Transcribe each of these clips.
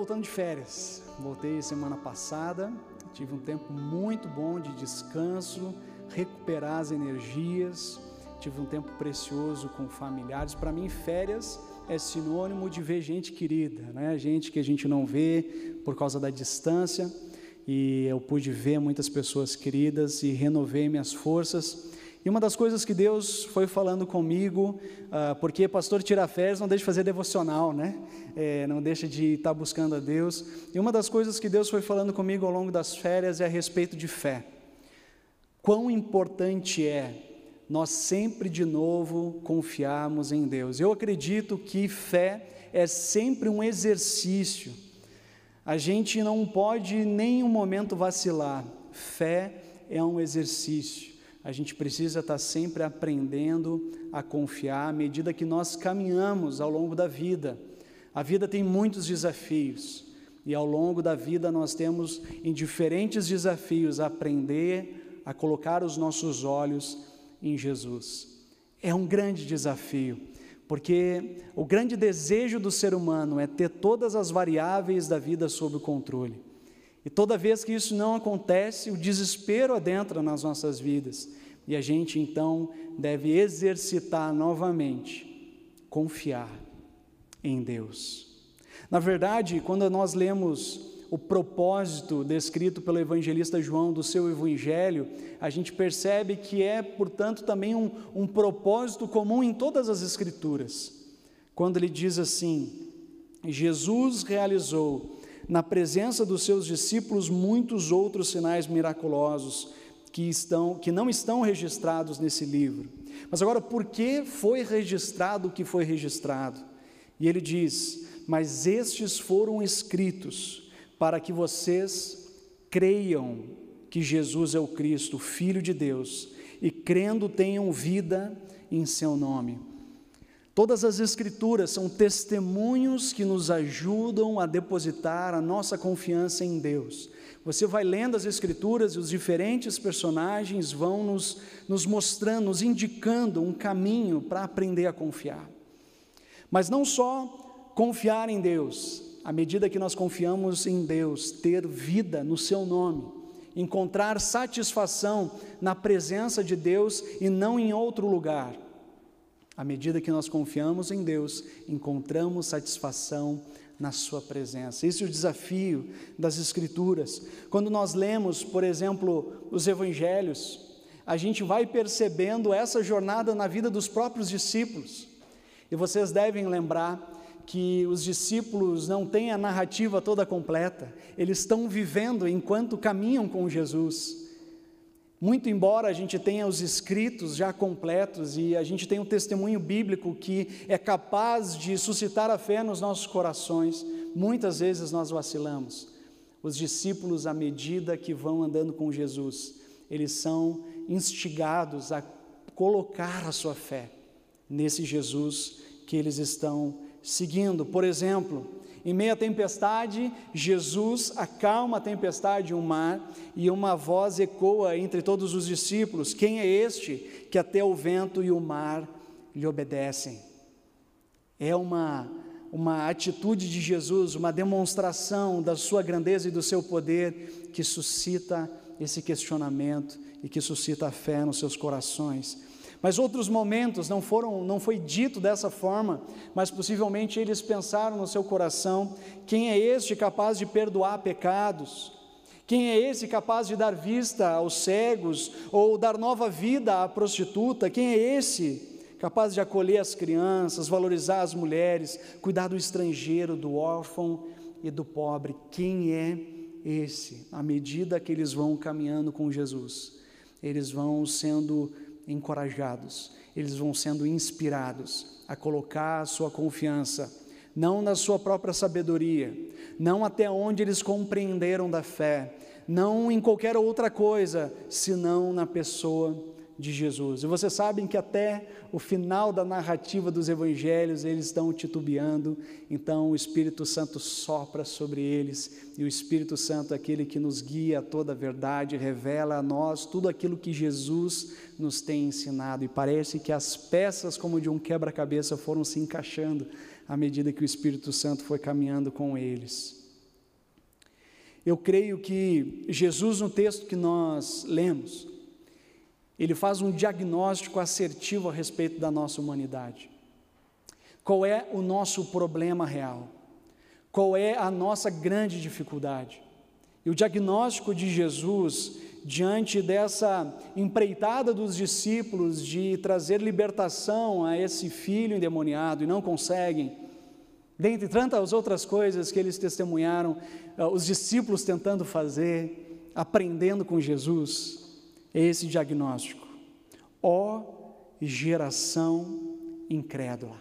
voltando de férias, voltei semana passada, tive um tempo muito bom de descanso, recuperar as energias, tive um tempo precioso com familiares. Para mim, férias é sinônimo de ver gente querida, né? Gente que a gente não vê por causa da distância, e eu pude ver muitas pessoas queridas e renovei minhas forças. E uma das coisas que Deus foi falando comigo, porque pastor tira férias, não deixa de fazer devocional, né? Não deixa de estar buscando a Deus. E uma das coisas que Deus foi falando comigo ao longo das férias é a respeito de fé. Quão importante é nós sempre de novo confiarmos em Deus. Eu acredito que fé é sempre um exercício. A gente não pode em nenhum momento vacilar. Fé é um exercício. A gente precisa estar sempre aprendendo a confiar à medida que nós caminhamos ao longo da vida. A vida tem muitos desafios e ao longo da vida nós temos em diferentes desafios aprender a colocar os nossos olhos em Jesus. É um grande desafio, porque o grande desejo do ser humano é ter todas as variáveis da vida sob controle. E toda vez que isso não acontece, o desespero adentra nas nossas vidas. E a gente então deve exercitar novamente, confiar em Deus. Na verdade, quando nós lemos o propósito descrito pelo evangelista João do seu evangelho, a gente percebe que é, portanto, também um propósito comum em todas as escrituras. Quando ele diz assim: Jesus realizou na presença dos seus discípulos muitos outros sinais miraculosos que não estão registrados nesse livro. Mas agora, por que foi registrado o que foi registrado? E ele diz: mas estes foram escritos para que vocês creiam que Jesus é o Cristo, o Filho de Deus, e crendo tenham vida em seu nome. Todas as escrituras são testemunhos que nos ajudam a depositar a nossa confiança em Deus. Você vai lendo as escrituras e os diferentes personagens vão nos mostrando, nos indicando um caminho para aprender a confiar. Mas não só confiar em Deus, à medida que nós confiamos em Deus, ter vida no seu nome, encontrar satisfação na presença de Deus e não em outro lugar. À medida que nós confiamos em Deus, encontramos satisfação na sua presença. Esse é o desafio das Escrituras. Quando nós lemos, por exemplo, os Evangelhos, a gente vai percebendo essa jornada na vida dos próprios discípulos. E vocês devem lembrar que os discípulos não têm a narrativa toda completa, eles estão vivendo enquanto caminham com Jesus. Muito embora a gente tenha os escritos já completos e a gente tenha um testemunho bíblico que é capaz de suscitar a fé nos nossos corações, muitas vezes nós vacilamos. Os discípulos, à medida que vão andando com Jesus, eles são instigados a colocar a sua fé nesse Jesus que eles estão seguindo. Por exemplo, em meio à tempestade, Jesus acalma a tempestade e o mar, e uma voz ecoa entre todos os discípulos: quem é este que até o vento e o mar lhe obedecem? É uma atitude de Jesus, uma demonstração da sua grandeza e do seu poder, que suscita esse questionamento e que suscita a fé nos seus corações. Mas outros momentos não foi dito dessa forma, mas possivelmente eles pensaram no seu coração: quem é este capaz de perdoar pecados? Quem é esse capaz de dar vista aos cegos, ou dar nova vida à prostituta? Quem é esse capaz de acolher as crianças, valorizar as mulheres, cuidar do estrangeiro, do órfão e do pobre? Quem é esse? À medida que eles vão caminhando com Jesus, eles vão sendo encorajados, eles vão sendo inspirados a colocar a sua confiança, não na sua própria sabedoria, não até onde eles compreenderam da fé, não em qualquer outra coisa, senão na pessoa de Jesus. E vocês sabem que até o final da narrativa dos evangelhos eles estão titubeando, então o Espírito Santo sopra sobre eles, e o Espírito Santo é aquele que nos guia a toda a verdade, revela a nós tudo aquilo que Jesus nos tem ensinado, e parece que as peças como de um quebra-cabeça foram se encaixando à medida que o Espírito Santo foi caminhando com eles. eu creio que Jesus, no texto que nós lemos, ele faz um diagnóstico assertivo a respeito da nossa humanidade. Qual é o nosso problema real? Qual é a nossa grande dificuldade? E o diagnóstico de Jesus, diante dessa empreitada dos discípulos de trazer libertação a esse filho endemoniado, e não conseguem, dentre tantas outras coisas que eles testemunharam, os discípulos tentando fazer, aprendendo com Jesus, é esse diagnóstico: ó geração incrédula,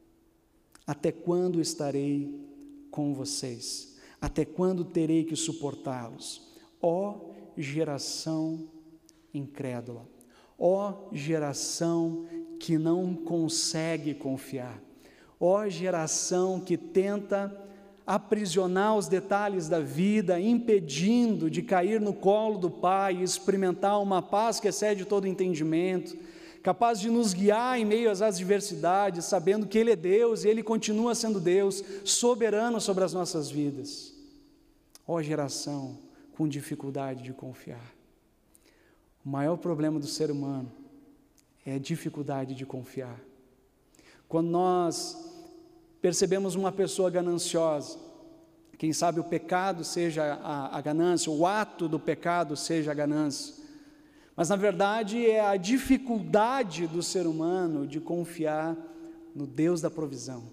até quando estarei com vocês? Até quando terei que suportá-los? Ó geração incrédula, ó geração que não consegue confiar, ó geração que tenta aprisionar os detalhes da vida, impedindo de cair no colo do Pai e experimentar uma paz que excede todo entendimento, capaz de nos guiar em meio às adversidades, sabendo que Ele é Deus e Ele continua sendo Deus, soberano sobre as nossas vidas. Ó geração com dificuldade de confiar. O maior problema do ser humano é a dificuldade de confiar. Quando nós percebemos uma pessoa gananciosa, quem sabe o pecado seja a ganância, o ato do pecado seja a ganância, mas na verdade é a dificuldade do ser humano de confiar no Deus da provisão.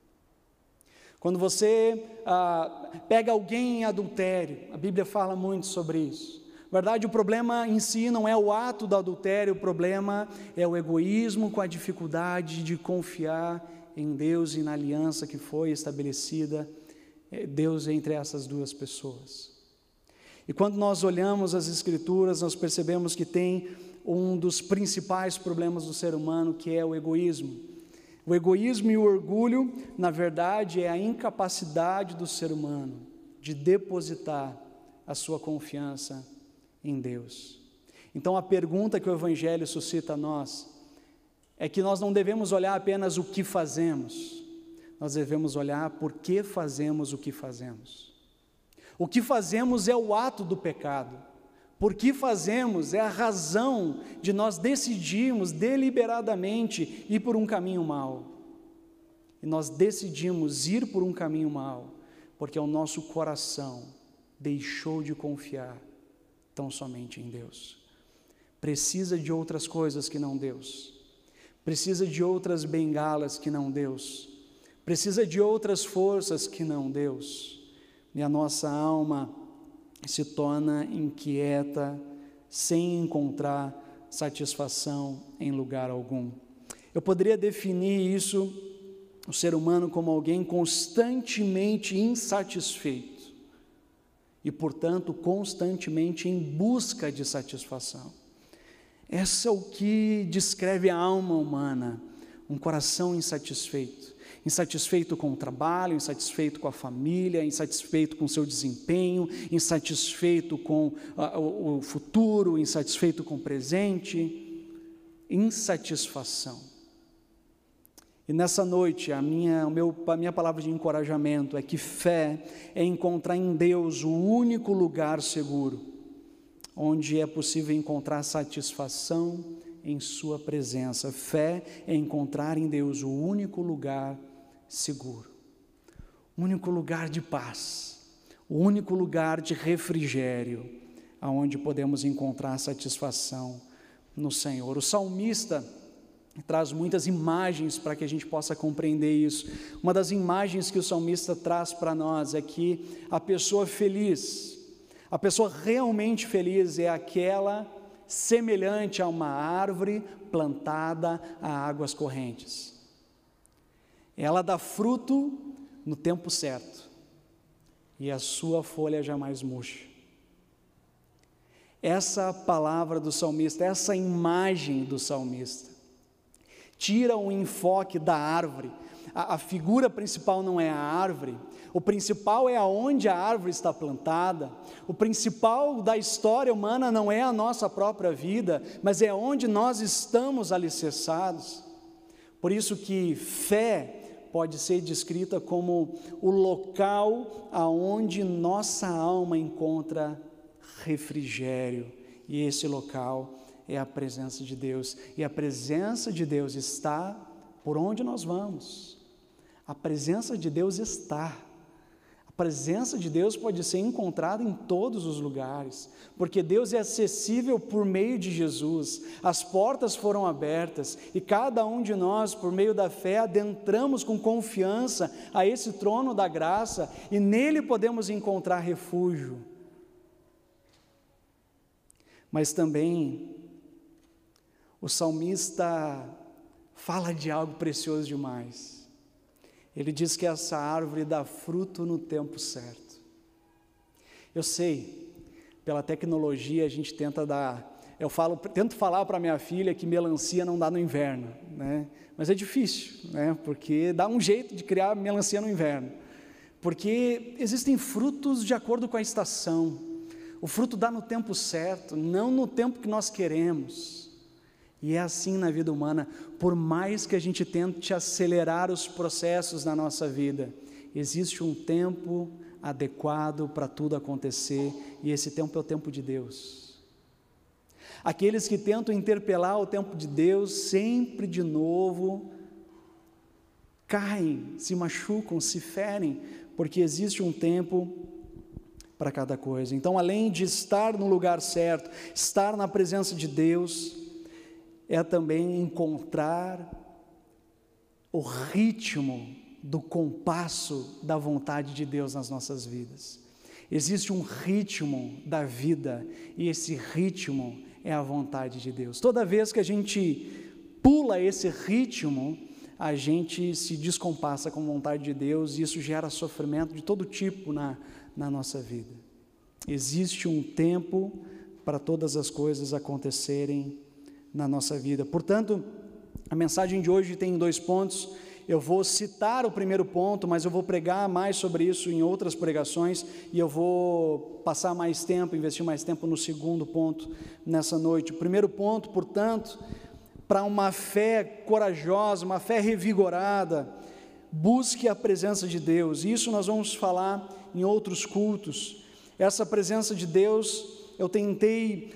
Quando você pega alguém em adultério, a Bíblia fala muito sobre isso. Na verdade, o problema em si não é o ato do adultério, o problema é o egoísmo com a dificuldade de confiar em Deus e na aliança que foi estabelecida, Deus entre essas duas pessoas. E quando nós olhamos as Escrituras, nós percebemos que tem um dos principais problemas do ser humano, que é o egoísmo. O egoísmo e o orgulho, na verdade, é a incapacidade do ser humano de depositar a sua confiança em Deus. Então a pergunta que o Evangelho suscita a nós é que nós não devemos olhar apenas o que fazemos, nós devemos olhar por que fazemos o que fazemos. O que fazemos é o ato do pecado, por que fazemos é a razão de nós decidirmos deliberadamente ir por um caminho mau. E nós decidimos ir por um caminho mau, porque o nosso coração deixou de confiar tão somente em Deus. Precisa de outras coisas que não Deus, precisa de outras bengalas que não Deus, precisa de outras forças que não Deus, e a nossa alma se torna inquieta, sem encontrar satisfação em lugar algum. Eu poderia definir isso, o ser humano, como alguém constantemente insatisfeito e, portanto, constantemente em busca de satisfação. Essa é o que descreve a alma humana, um coração insatisfeito. Insatisfeito com o trabalho, insatisfeito com a família, insatisfeito com o seu desempenho, insatisfeito com o futuro, insatisfeito com o presente, insatisfação. E nessa noite, a minha palavra de encorajamento é que fé é encontrar em Deus o único lugar seguro, onde é possível encontrar satisfação em sua presença. Fé é encontrar em Deus o único lugar seguro, o único lugar de paz, o único lugar de refrigério, aonde podemos encontrar satisfação no Senhor. O salmista traz muitas imagens para que a gente possa compreender isso. Uma das imagens que o salmista traz para nós é que a pessoa feliz, a pessoa realmente feliz é aquela semelhante a uma árvore plantada a águas correntes. Ela dá fruto no tempo certo, e a sua folha jamais murcha. Essa palavra do salmista, essa imagem do salmista, tira o enfoque da árvore. A figura principal não é a árvore, o principal é aonde a árvore está plantada, o principal da história humana não é a nossa própria vida, mas é onde nós estamos alicerçados. Por isso que fé pode ser descrita como o local aonde nossa alma encontra refrigério, e esse local é a presença de Deus, e a presença de Deus está por onde nós vamos. A presença de Deus está. A presença de Deus pode ser encontrada em todos os lugares, porque Deus é acessível por meio de Jesus. As portas foram abertas e cada um de nós, por meio da fé, adentramos com confiança a esse trono da graça e nele podemos encontrar refúgio. Mas também o salmista fala de algo precioso demais. Ele diz que essa árvore dá fruto no tempo certo. Eu sei, pela tecnologia a gente tento falar para minha filha que melancia não dá no inverno, né? Mas é difícil, né? Porque dá um jeito de criar melancia no inverno, porque existem frutos de acordo com a estação. O fruto dá no tempo certo, não no tempo que nós queremos. E é assim na vida humana, por mais que a gente tente acelerar os processos na nossa vida, existe um tempo adequado para tudo acontecer, e esse tempo é o tempo de Deus. Aqueles que tentam interpelar o tempo de Deus, sempre de novo, caem, se machucam, se ferem, porque existe um tempo para cada coisa. Então, além de estar no lugar certo, estar na presença de Deus, é também encontrar o ritmo do compasso da vontade de Deus nas nossas vidas. Existe um ritmo da vida, e esse ritmo é a vontade de Deus. Toda vez que a gente pula esse ritmo, a gente se descompassa com a vontade de Deus, e isso gera sofrimento de todo tipo na nossa vida. Existe um tempo para todas as coisas acontecerem na nossa vida. Portanto, a mensagem de hoje tem 2 pontos. Eu vou citar o primeiro ponto, mas eu vou pregar mais sobre isso em outras pregações, e eu vou passar mais tempo, investir mais tempo no segundo ponto nessa noite. O primeiro ponto, portanto, para uma fé corajosa, uma fé revigorada, busque a presença de Deus. Isso nós vamos falar em outros cultos. Essa presença de Deus, eu tentei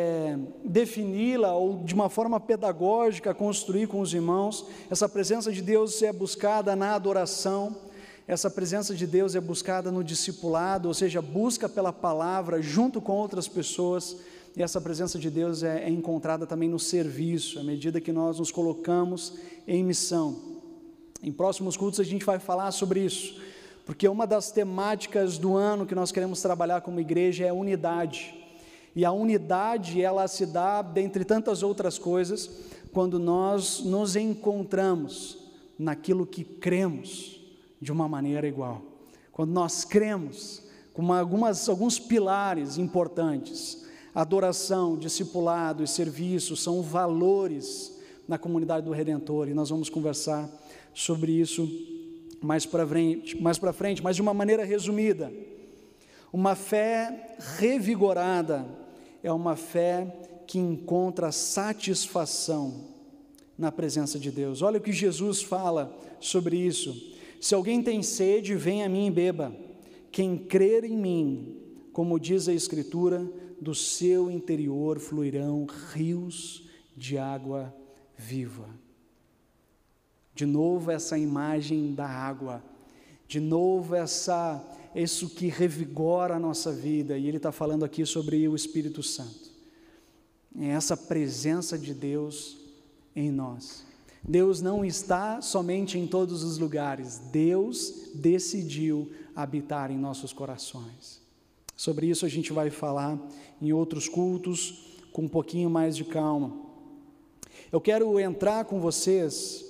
defini-la, ou de uma forma pedagógica, construir com os irmãos. Essa presença de Deus é buscada na adoração, essa presença de Deus é buscada no discipulado, ou seja, busca pela palavra junto com outras pessoas, e essa presença de Deus é encontrada também no serviço, à medida que nós nos colocamos em missão. Em próximos cultos a gente vai falar sobre isso, porque uma das temáticas do ano que nós queremos trabalhar como igreja é a unidade. E a unidade, ela se dá, dentre tantas outras coisas, quando nós nos encontramos naquilo que cremos de uma maneira igual. Quando nós cremos com alguns pilares importantes, adoração, discipulado e serviço, são valores na comunidade do Redentor, e nós vamos conversar sobre isso mais para frente, mas de uma maneira resumida. Uma fé revigorada é uma fé que encontra satisfação na presença de Deus. Olha o que Jesus fala sobre isso. Se alguém tem sede, venha a mim e beba. Quem crer em mim, como diz a Escritura, do seu interior fluirão rios de água viva. De novo essa imagem da água, de novo isso que revigora a nossa vida, e ele está falando aqui sobre o Espírito Santo. É essa presença de Deus em nós. Deus não está somente em todos os lugares, Deus decidiu habitar em nossos corações. Sobre isso a gente vai falar em outros cultos, com um pouquinho mais de calma. Eu quero entrar com vocês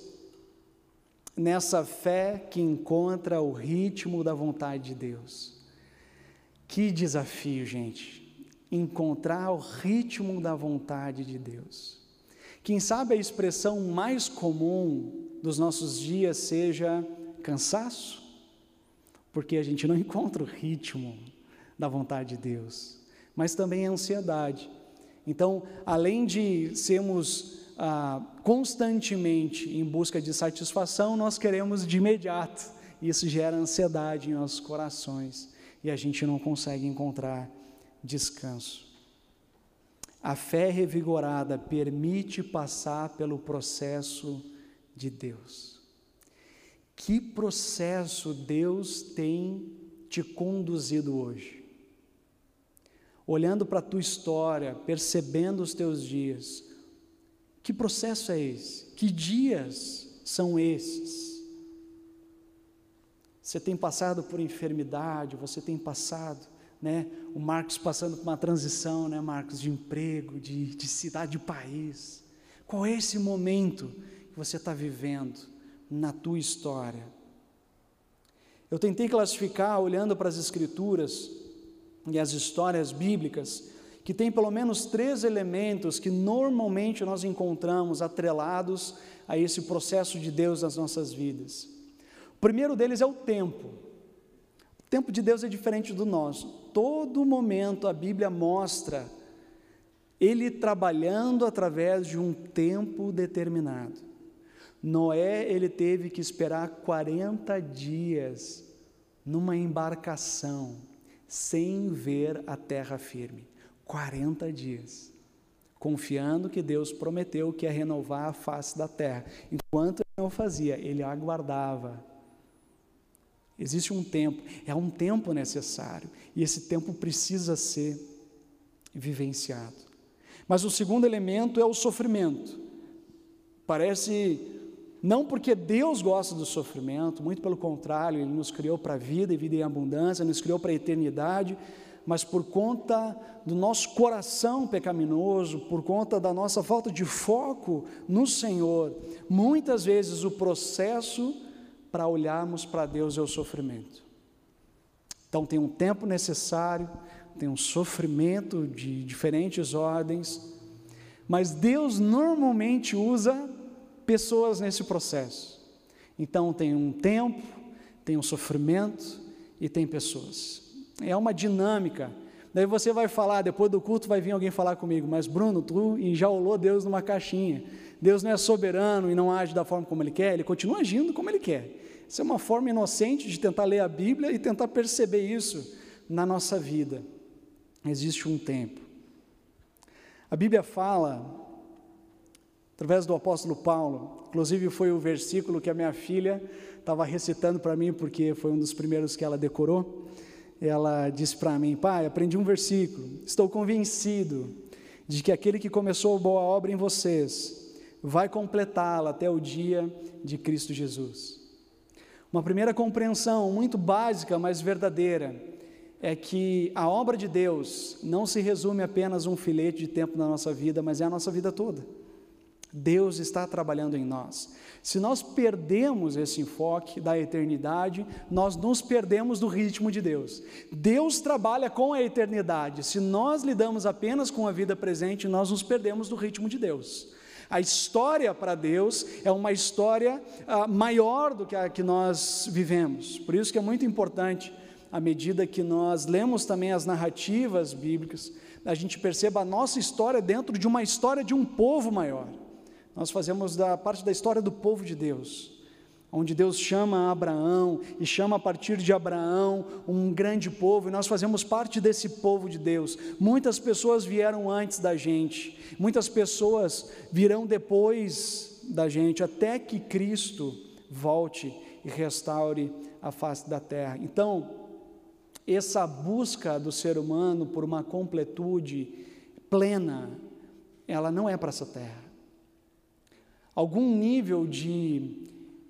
nessa fé que encontra o ritmo da vontade de Deus. Que desafio, gente, encontrar o ritmo da vontade de Deus. Quem sabe a expressão mais comum dos nossos dias seja cansaço, porque a gente não encontra o ritmo da vontade de Deus, mas também a ansiedade. Então, além de sermos constantemente em busca de satisfação, nós queremos de imediato. Isso gera ansiedade em nossos corações e a gente não consegue encontrar descanso. A fé revigorada permite passar pelo processo de Deus. Que processo Deus tem te conduzido hoje? Olhando para a tua história, percebendo os teus dias, que processo é esse? Que dias são esses? Você tem passado por enfermidade, você tem passado, né? O Marcos passando por uma transição, né, Marcos, de emprego, de cidade, de país. Qual é esse momento que você está vivendo na tua história? Eu tentei classificar, olhando para as Escrituras e as histórias bíblicas, que tem pelo menos 3 elementos que normalmente nós encontramos atrelados a esse processo de Deus nas nossas vidas. O primeiro deles é o tempo. O tempo de Deus é diferente do nosso. Todo momento a Bíblia mostra Ele trabalhando através de um tempo determinado. Noé, ele teve que esperar 40 dias numa embarcação, sem ver a terra firme. 40 dias, confiando que Deus prometeu que ia renovar a face da terra. Enquanto ele não fazia, ele aguardava. Existe um tempo, é um tempo necessário, e esse tempo precisa ser vivenciado. Mas o segundo elemento é o sofrimento. Parece, não porque Deus gosta do sofrimento, muito pelo contrário, Ele nos criou para a vida e vida em abundância, nos criou para a eternidade, mas por conta do nosso coração pecaminoso, por conta da nossa falta de foco no Senhor, muitas vezes o processo para olharmos para Deus é o sofrimento. Então tem um tempo necessário, tem um sofrimento de diferentes ordens, mas Deus normalmente usa pessoas nesse processo. Então tem um tempo, tem um sofrimento e tem pessoas. É uma dinâmica. Daí você vai falar, depois do culto vai vir alguém falar comigo, mas Bruno, tu enjaulou Deus numa caixinha. Deus não é soberano e não age da forma como Ele quer, Ele continua agindo como Ele quer. Isso é uma forma inocente de tentar ler a Bíblia e tentar perceber isso na nossa vida. Existe um tempo. A Bíblia fala, através do apóstolo Paulo, inclusive foi o versículo que a minha filha estava recitando para mim, porque foi um dos primeiros que ela decorou. Ela disse para mim: pai, aprendi um versículo, estou convencido de que aquele que começou a boa obra em vocês, vai completá-la até o dia de Cristo Jesus. Uma primeira compreensão muito básica, mas verdadeira, é que a obra de Deus não se resume apenas a um filete de tempo na nossa vida, mas é a nossa vida toda. Deus está trabalhando em nós. Se nós perdemos esse enfoque da eternidade, nós nos perdemos do ritmo de Deus. Deus trabalha com a eternidade. Se nós lidamos apenas com a vida presente, nós nos perdemos do ritmo de Deus. A história para Deus é uma história maior do que a que nós vivemos. Por isso que é muito importante, à medida que nós lemos também as narrativas bíblicas, a gente perceba a nossa história dentro de uma história de um povo maior. Nós fazemos parte da história do povo de Deus, onde Deus chama Abraão e chama a partir de Abraão um grande povo, e nós fazemos parte desse povo de Deus. Muitas pessoas vieram antes da gente, muitas pessoas virão depois da gente, até que Cristo volte e restaure a face da terra. Então, essa busca do ser humano por uma completude plena, ela não é para essa terra. Algum nível de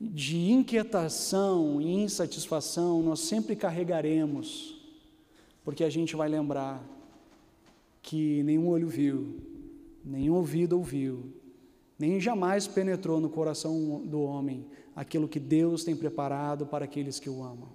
inquietação e insatisfação nós sempre carregaremos, porque a gente vai lembrar que nenhum olho viu, nenhum ouvido ouviu, nem jamais penetrou no coração do homem aquilo que Deus tem preparado para aqueles que o amam.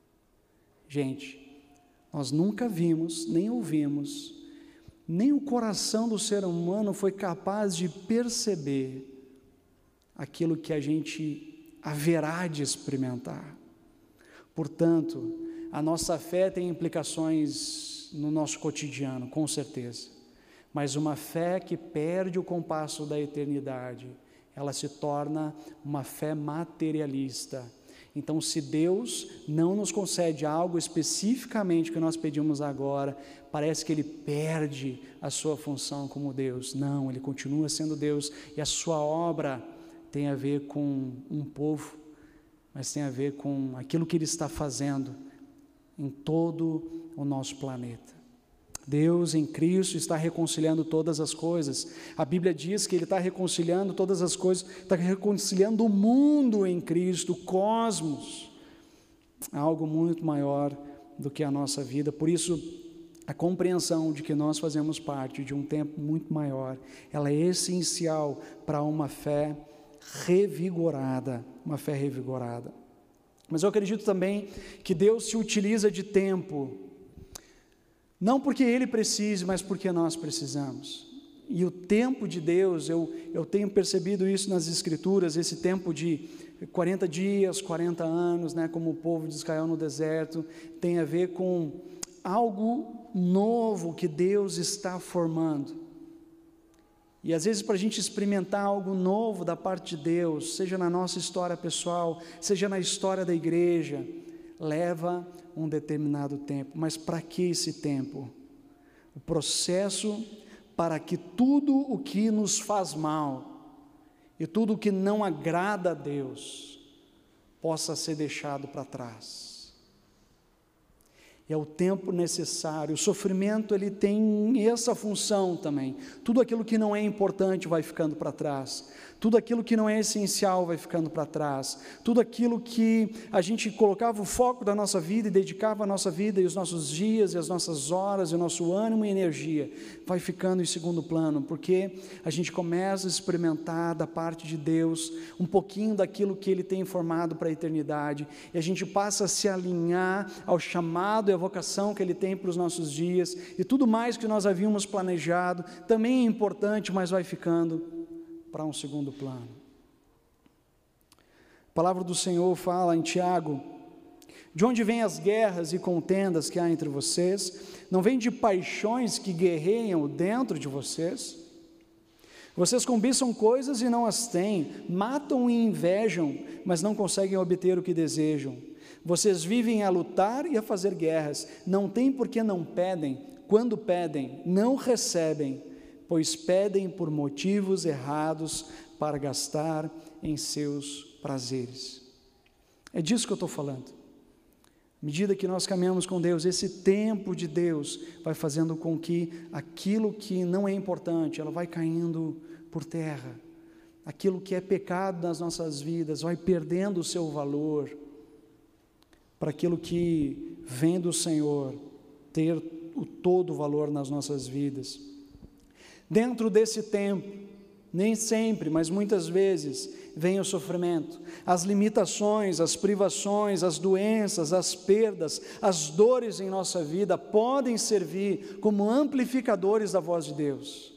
Gente, nós nunca vimos, nem ouvimos, nem o coração do ser humano foi capaz de perceber aquilo que a gente haverá de experimentar. Portanto, a nossa fé tem implicações no nosso cotidiano, com certeza, Mas uma fé que perde o compasso da eternidade, ela se torna uma fé materialista. Então, se Deus não nos concede algo especificamente que nós pedimos agora, parece que Ele perde a sua função como Deus. Não, Ele continua sendo Deus, e a sua obra tem a ver com um povo, mas tem a ver com aquilo que Ele está fazendo em todo o nosso planeta. Deus em Cristo está reconciliando todas as coisas. A Bíblia diz que Ele está reconciliando todas as coisas, está reconciliando o mundo em Cristo, o cosmos, algo muito maior do que a nossa vida. Por isso, a compreensão de que nós fazemos parte de um tempo muito maior, ela é essencial para uma fé revigorada, uma fé revigorada. Mas eu acredito também que Deus se utiliza de tempo, não porque Ele precise, mas porque nós precisamos. E o tempo de Deus, eu tenho percebido isso nas Escrituras, esse tempo de 40 dias, 40 anos, né, como o povo de Israel no deserto, tem a ver com algo novo que Deus está formando. E às vezes para a gente experimentar algo novo da parte de Deus, seja na nossa história pessoal, seja na história da igreja, leva um determinado tempo. Mas para que esse tempo? O processo para que tudo o que nos faz mal e tudo o que não agrada a Deus possa ser deixado para trás. É o tempo necessário. O sofrimento, ele tem essa função também. Tudo aquilo que não é importante vai ficando para trás. Tudo aquilo que não é essencial vai ficando para trás. Tudo aquilo que a gente colocava o foco da nossa vida e dedicava a nossa vida e os nossos dias e as nossas horas e o nosso ânimo e energia vai ficando em segundo plano, porque a gente começa a experimentar da parte de Deus um pouquinho daquilo que Ele tem formado para a eternidade, e a gente passa a se alinhar ao chamado e à vocação que Ele tem para os nossos dias, e tudo mais que nós havíamos planejado também é importante, mas vai ficando para um segundo plano. A palavra do Senhor fala em Tiago: de onde vêm as guerras e contendas que há entre vocês? Não vêm de paixões que guerreiam dentro de vocês? Vocês cobiçam coisas e não as têm, matam e invejam, mas não conseguem obter o que desejam. Vocês vivem a lutar e a fazer guerras, não têm porque não pedem, quando pedem, não recebem, pois pedem por motivos errados para gastar em seus prazeres. É disso que eu estou falando. À medida que nós caminhamos com Deus, esse tempo de Deus vai fazendo com que aquilo que não é importante, ela vai caindo por terra. Aquilo que é pecado nas nossas vidas vai perdendo o seu valor, para aquilo que vem do Senhor ter o todo o valor nas nossas vidas. Dentro desse tempo, nem sempre, mas muitas vezes, vem o sofrimento, as limitações, as privações, as doenças, as perdas, as dores em nossa vida podem servir como amplificadores da voz de Deus.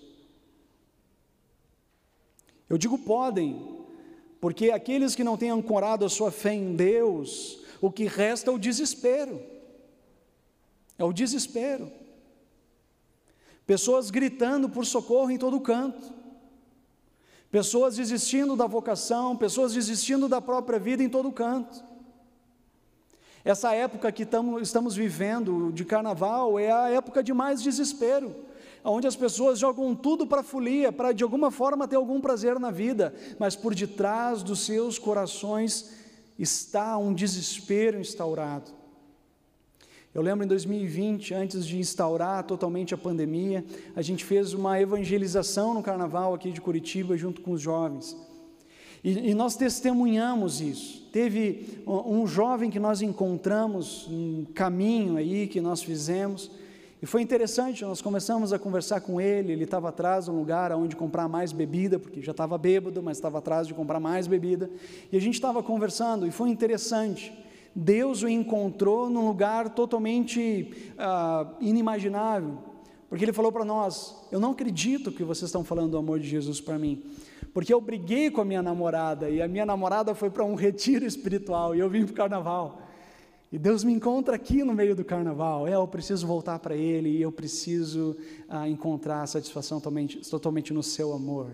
Eu digo podem, porque aqueles que não têm ancorado a sua fé em Deus, o que resta é o desespero. É o desespero. Pessoas gritando por socorro em todo canto, pessoas desistindo da vocação, pessoas desistindo da própria vida em todo canto. Essa época que estamos vivendo de carnaval é a época de mais desespero, onde as pessoas jogam tudo para a folia, para de alguma forma ter algum prazer na vida, mas por detrás dos seus corações está um desespero instaurado. Eu lembro em 2020, antes de instaurar totalmente a pandemia, a gente fez uma evangelização no carnaval aqui de Curitiba junto com os jovens. E nós testemunhamos isso. Teve um jovem que nós encontramos, um caminho aí que nós fizemos, e foi interessante, nós começamos a conversar com ele, ele estava atrás de um lugar onde comprar mais bebida, porque já estava bêbado, mas estava atrás de comprar mais bebida, e a gente estava conversando, e foi interessante. Deus o encontrou num lugar totalmente inimaginável, porque Ele falou para nós: eu não acredito que vocês estão falando do amor de Jesus para mim, porque eu briguei com a minha namorada, e a minha namorada foi para um retiro espiritual, e eu vim para o carnaval, E Deus me encontra aqui no meio do carnaval. Eu preciso voltar para Ele e eu preciso encontrar satisfação totalmente no seu amor.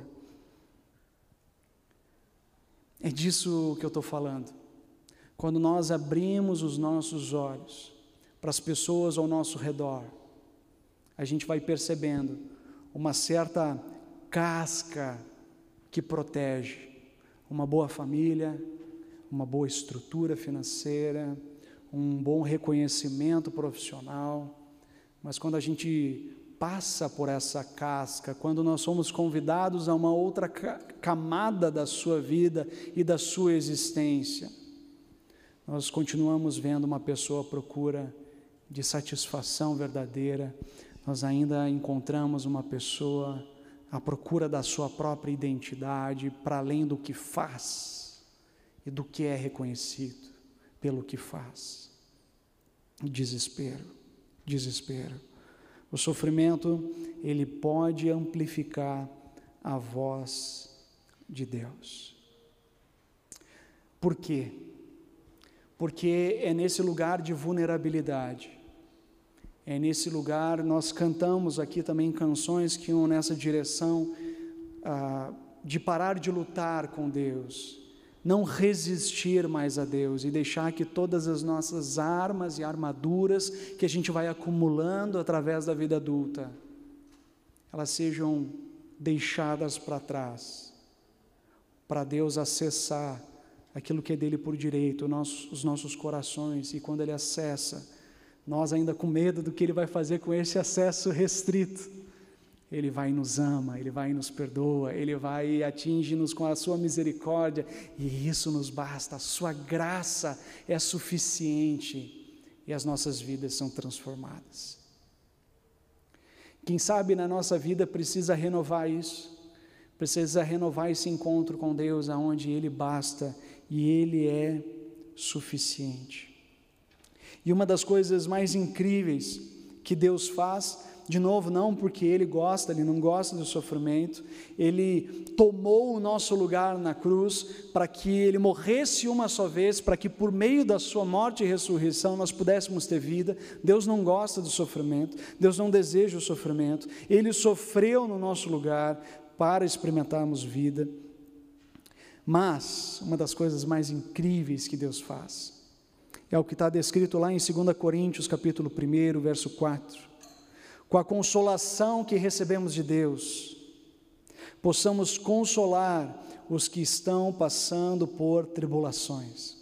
É disso que eu estou falando. Quando nós abrimos os nossos olhos para as pessoas ao nosso redor, a gente vai percebendo uma certa casca que protege, uma boa família, uma boa estrutura financeira, um bom reconhecimento profissional. Mas quando a gente passa por essa casca, quando nós somos convidados a uma outra camada da sua vida e da sua existência, nós continuamos vendo uma pessoa à procura de satisfação verdadeira, nós ainda encontramos uma pessoa à procura da sua própria identidade, para além do que faz e do que é reconhecido pelo que faz. Desespero. O sofrimento, ele pode amplificar a voz de Deus. Por quê? Porque é nesse lugar de vulnerabilidade, é nesse lugar, nós cantamos aqui também canções que vão nessa direção de parar de lutar com Deus, não resistir mais a Deus e deixar que todas as nossas armas e armaduras que a gente vai acumulando através da vida adulta, elas sejam deixadas para trás, para Deus acessar aquilo que é dele por direito, os nossos corações. E quando Ele acessa, nós ainda com medo do que Ele vai fazer com esse acesso restrito, Ele vai e nos ama, Ele vai e nos perdoa, Ele vai e atinge-nos com a sua misericórdia, e isso nos basta. A sua graça é suficiente e as nossas vidas são transformadas. Quem sabe na nossa vida precisa renovar isso, precisa renovar esse encontro com Deus, aonde Ele basta e Ele é suficiente. E uma das coisas mais incríveis que Deus faz, de novo, não porque Ele não gosta do sofrimento, Ele tomou o nosso lugar na cruz, para que Ele morresse uma só vez, para que por meio da sua morte e ressurreição nós pudéssemos ter vida. Deus não gosta do sofrimento, Deus não deseja o sofrimento, Ele sofreu no nosso lugar para experimentarmos vida. Mas uma das coisas mais incríveis que Deus faz, é o que está descrito lá em 2 Coríntios capítulo 1, verso 4. Com a consolação que recebemos de Deus, possamos consolar os que estão passando por tribulações.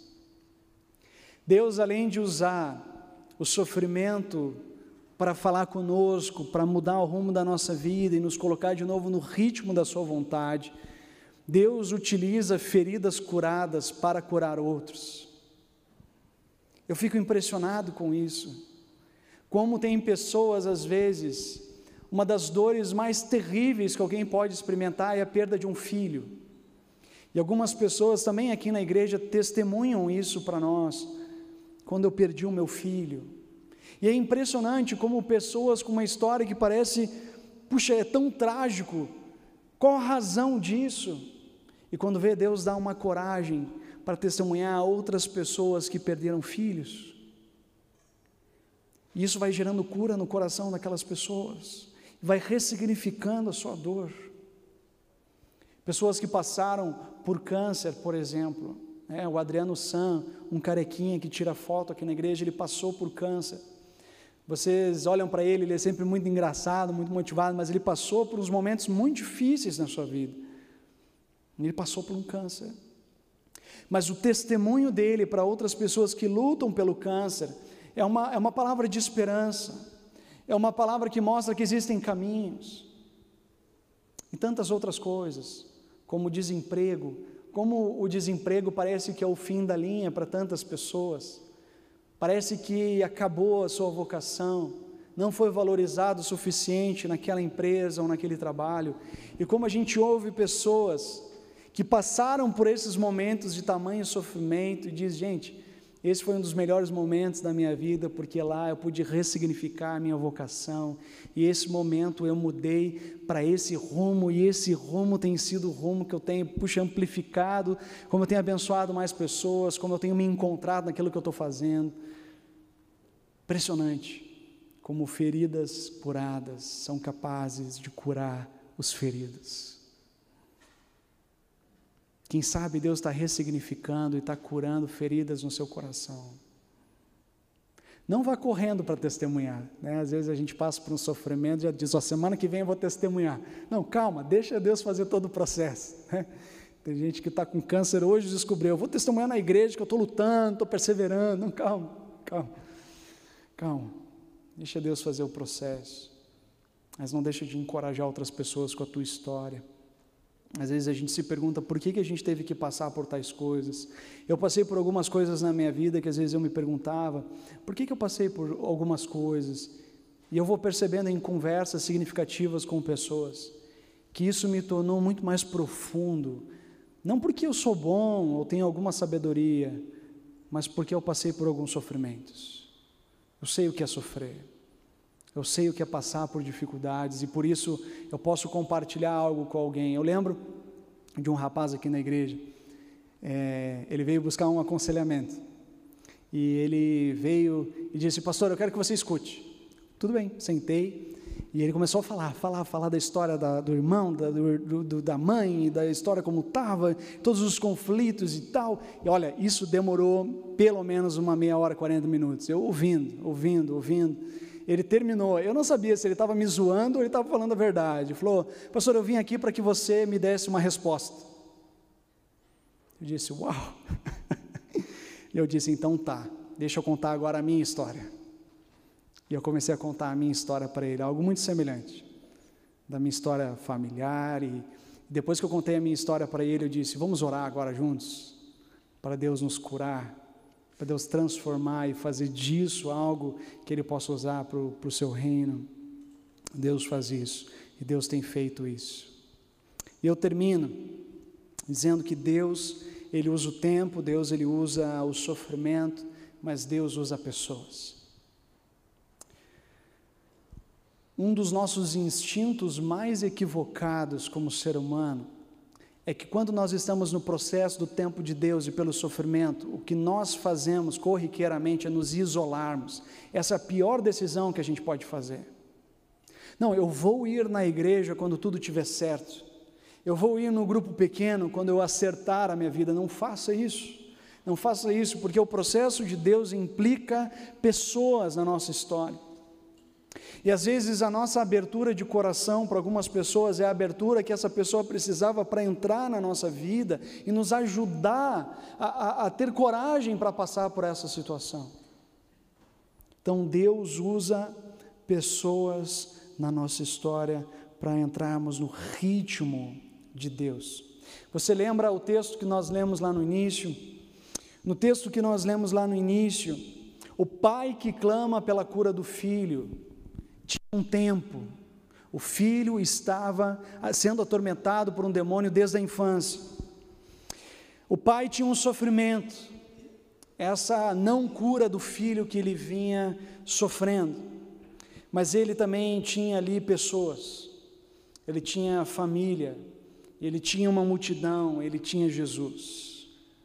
Deus, além de usar o sofrimento para falar conosco, para mudar o rumo da nossa vida e nos colocar de novo no ritmo da sua vontade, Deus utiliza feridas curadas para curar outros. Eu fico impressionado com isso, como tem pessoas, às vezes, uma das dores mais terríveis que alguém pode experimentar é a perda de um filho, e algumas pessoas também aqui na igreja testemunham isso para nós. Quando eu perdi o meu filho, e é impressionante como pessoas com uma história que parece, puxa, é tão trágico, qual a razão disso? E quando vê, Deus dá uma coragem para testemunhar a outras pessoas que perderam filhos, e isso vai gerando cura no coração daquelas pessoas, vai ressignificando a sua dor. Pessoas que passaram por câncer, por exemplo, o Adriano San, um carequinha que tira foto aqui na igreja, ele passou por câncer. Vocês olham para ele é sempre muito engraçado, muito motivado, mas ele passou por uns momentos muito difíceis na sua vida, ele passou por um câncer. Mas o testemunho dele para outras pessoas que lutam pelo câncer é uma palavra de esperança, é uma palavra que mostra que existem caminhos, e tantas outras coisas, como o desemprego, como o desemprego parece que é o fim da linha para tantas pessoas, parece que acabou a sua vocação, não foi valorizado o suficiente naquela empresa ou naquele trabalho, e como a gente ouve pessoas que passaram por esses momentos de tamanho sofrimento e diz, gente, esse foi um dos melhores momentos da minha vida, porque lá eu pude ressignificar a minha vocação, e esse momento eu mudei para esse rumo, e esse rumo tem sido o rumo que eu tenho, amplificado, como eu tenho abençoado mais pessoas, como eu tenho me encontrado naquilo que eu estou fazendo. Impressionante como feridas curadas são capazes de curar os feridos. Quem sabe Deus está ressignificando e está curando feridas no seu coração. Não vá correndo para testemunhar, né? Às vezes a gente passa por um sofrimento e já diz, semana que vem eu vou testemunhar. Não, calma, deixa Deus fazer todo o processo, né? Tem gente que está com câncer hoje e descobriu, eu vou testemunhar na igreja que eu estou lutando, estou perseverando. Não, calma. Deixa Deus fazer o processo. Mas não deixa de encorajar outras pessoas com a tua história. Às vezes a gente se pergunta por que a gente teve que passar por tais coisas. Eu passei por algumas coisas na minha vida que às vezes eu me perguntava, por que eu passei por algumas coisas? E eu vou percebendo em conversas significativas com pessoas, que isso me tornou muito mais profundo. Não porque eu sou bom ou tenho alguma sabedoria, mas porque eu passei por alguns sofrimentos. Eu sei o que é sofrer. Eu sei o que é passar por dificuldades e por isso eu posso compartilhar algo com alguém. Eu lembro de um rapaz aqui na igreja, ele veio buscar um aconselhamento e ele veio e disse, pastor, eu quero que você escute. Tudo bem, sentei e ele começou a falar da história do irmão, da mãe, da história como estava, todos os conflitos e tal. E olha, isso demorou pelo menos uma meia hora, 40 minutos, eu ouvindo. Ele terminou, eu não sabia se ele estava me zoando ou ele estava falando a verdade. Ele falou, pastor, eu vim aqui para que você me desse uma resposta. Eu disse, uau. E eu disse, então tá, deixa eu contar agora a minha história. E eu comecei a contar a minha história para ele, algo muito semelhante, da minha história familiar. E depois que eu contei a minha história para ele, eu disse, vamos orar agora juntos, para Deus nos curar, para Deus transformar e fazer disso algo que Ele possa usar para o seu reino. Deus faz isso, e Deus tem feito isso. E eu termino dizendo que Deus, Ele usa o tempo, Deus, Ele usa o sofrimento, mas Deus usa pessoas. Um dos nossos instintos mais equivocados como ser humano é que quando nós estamos no processo do tempo de Deus e pelo sofrimento, o que nós fazemos corriqueiramente é nos isolarmos. Essa é a pior decisão que a gente pode fazer. Não, eu vou ir na igreja quando tudo estiver certo. Eu vou ir no grupo pequeno quando eu acertar a minha vida. Não faça isso. Não faça isso, porque o processo de Deus implica pessoas na nossa história. E às vezes a nossa abertura de coração para algumas pessoas é a abertura que essa pessoa precisava para entrar na nossa vida e nos ajudar a ter coragem para passar por essa situação. Então Deus usa pessoas na nossa história para entrarmos no ritmo de Deus. Você lembra o texto que nós lemos lá no início? No texto que nós lemos lá no início, o pai que clama pela cura do filho. Tinha um tempo, o filho estava sendo atormentado por um demônio desde a infância. O pai tinha um sofrimento, essa não cura do filho que ele vinha sofrendo, mas ele também tinha ali pessoas, ele tinha família, ele tinha uma multidão, ele tinha Jesus.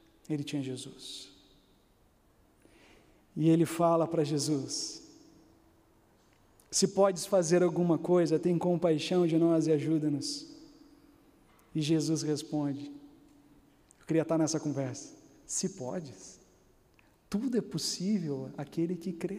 E ele fala para Jesus, se podes fazer alguma coisa, tem compaixão de nós e ajuda-nos. E Jesus responde, eu queria estar nessa conversa, se podes, tudo é possível àquele que crê.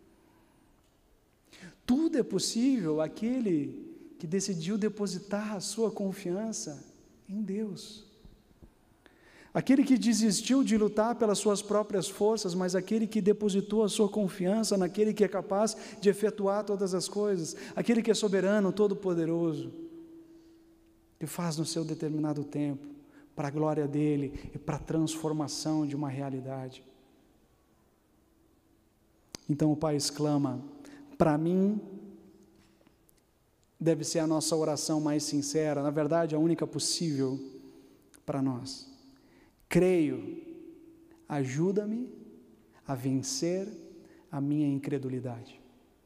Tudo é possível àquele que decidiu depositar a sua confiança em Deus. Aquele que desistiu de lutar pelas suas próprias forças, mas aquele que depositou a sua confiança naquele que é capaz de efetuar todas as coisas, aquele que é soberano, todo-poderoso, que faz no seu determinado tempo, para a glória dele e para a transformação de uma realidade. Então o Pai exclama, para mim, deve ser a nossa oração mais sincera, na verdade a única possível para nós. Creio, ajuda-me a vencer a minha incredulidade.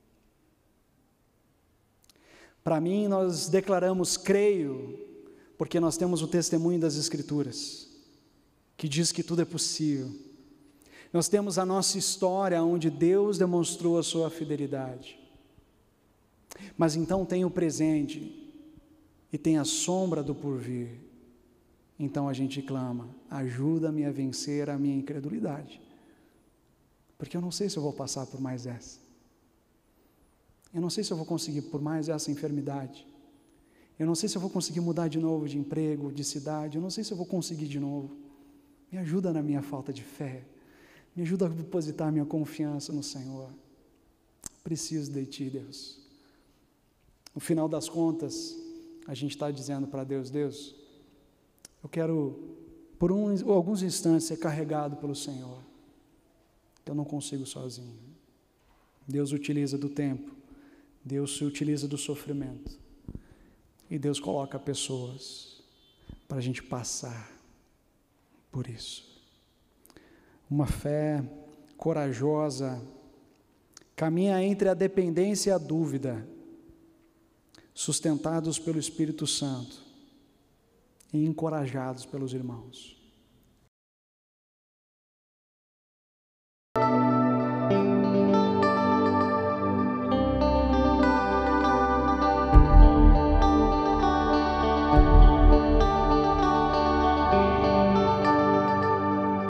Para mim, nós declaramos creio, porque nós temos o testemunho das Escrituras, que diz que tudo é possível. Nós temos a nossa história onde Deus demonstrou a sua fidelidade. Mas então tem o presente e tem a sombra do porvir. Então a gente clama: ajuda-me a vencer a minha incredulidade. Porque eu não sei se eu vou passar por mais essa. Eu não sei se eu vou conseguir por mais essa enfermidade. Eu não sei se eu vou conseguir mudar de novo de emprego, de cidade. Eu não sei se eu vou conseguir de novo. Me ajuda na minha falta de fé. Me ajuda a depositar minha confiança no Senhor. Preciso de Ti, Deus. No final das contas, a gente está dizendo para Deus: Deus, eu quero, por alguns instantes, ser carregado pelo Senhor. Eu não consigo sozinho. Deus utiliza do tempo. Deus se utiliza do sofrimento. E Deus coloca pessoas para a gente passar por isso. Uma fé corajosa caminha entre a dependência e a dúvida, sustentados pelo Espírito Santo e encorajados pelos irmãos.